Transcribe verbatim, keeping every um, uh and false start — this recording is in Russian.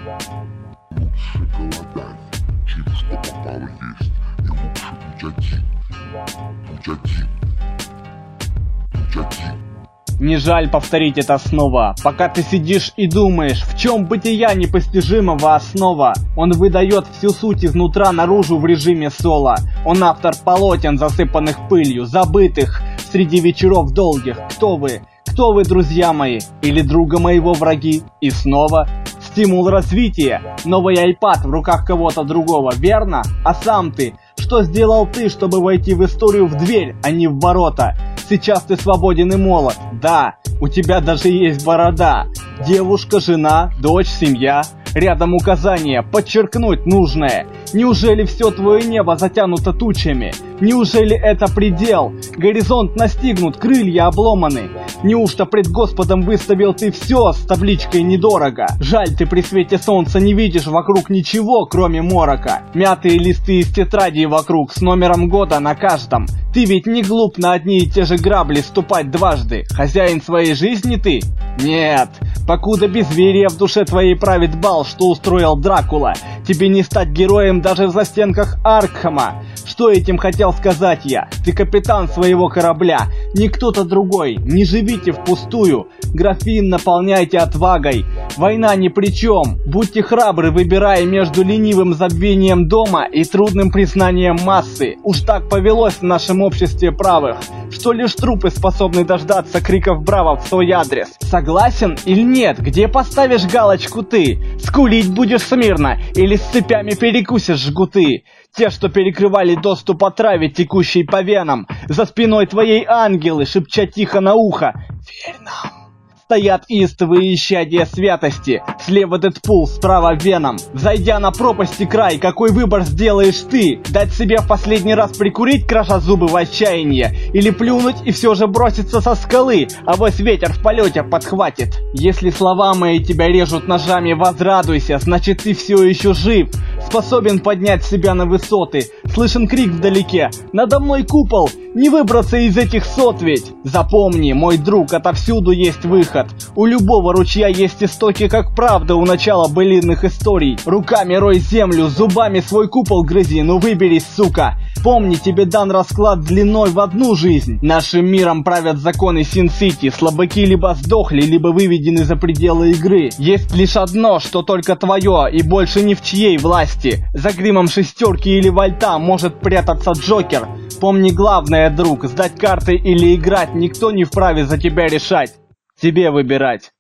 Лучше голодать, чем что попало есть. И лучше будь один. Будь один. Будь один. Не жаль повторить это снова, пока ты сидишь и думаешь, в чем бытия непостижимого основа. Он выдает всю суть изнутра наружу в режиме соло. Он автор полотен, засыпанных пылью, забытых среди вечеров долгих. Кто вы? Кто вы, друзья мои? Или друга моего враги? И снова стимул развития. Новый iPad в руках кого-то другого, верно? А сам ты? Что сделал ты, чтобы войти в историю в дверь, а не в ворота? Сейчас ты свободен и молод. Да, у тебя даже есть борода. Девушка, жена, дочь, семья. Рядом указания, подчеркнуть нужное. Неужели все твое небо затянуто тучами? Неужели это предел? Горизонт настигнут, крылья обломаны. Неужто пред Господом выставил ты все с табличкой «недорого»? Жаль, ты при свете солнца не видишь вокруг ничего, кроме морока. Мятые листы из тетрадей вокруг, с номером года на каждом. Ты ведь не глуп на одни и те же грабли ступать дважды. Хозяин своей жизни ты? Нет. Покуда безверие в душе твоей правит бал, что устроил Дракула, тебе не стать героем даже в застенках Аркхема. Что этим хотел сказать я? Ты капитан своего корабля, не кто-то другой. Не живите впустую. Графин наполняйте отвагой. Война ни при чем. Будьте храбры, выбирая между ленивым забвением дома и трудным признанием массы. Уж так повелось в нашем обществе правых, что лишь трупы способны дождаться криков браво в свой адрес. Согласен или нет? Где поставишь галочку ты? Скулить будешь смирно или с цепями перекусишь жгуты? Те, что перекрывали доступ отраве, текущей по венам. За спиной твоей ангелы, шепча тихо на ухо: «Верь нам». Стоят истовые исчадия святости. Слева Дэдпул, справа Веном. Зайдя на пропасти край, какой выбор сделаешь ты? Дать себе в последний раз прикурить, кроша зубы в отчаянии? Или плюнуть и все же броситься со скалы, а вось ветер в полете подхватит? Если слова мои тебя режут ножами, возрадуйся, значит ты все еще жив. Способен поднять себя на высоты. Слышен крик вдалеке: «Надо мной купол! Не выбраться из этих сот ведь!» Запомни, мой друг, отовсюду есть выход. У любого ручья есть истоки, как правда у начала былинных историй. Руками рой землю, зубами свой купол грызи, ну выберись, сука! Помни, тебе дан расклад длиной в одну жизнь. Нашим миром правят законы Син-Сити. Слабаки либо сдохли, либо выведены за пределы игры. Есть лишь одно, что только твое, и больше ни в чьей власти. За гримом шестерки или вольта может прятаться Джокер. Помни главное, друг, сдать карты или играть никто не вправе за тебя решать. Тебе выбирать.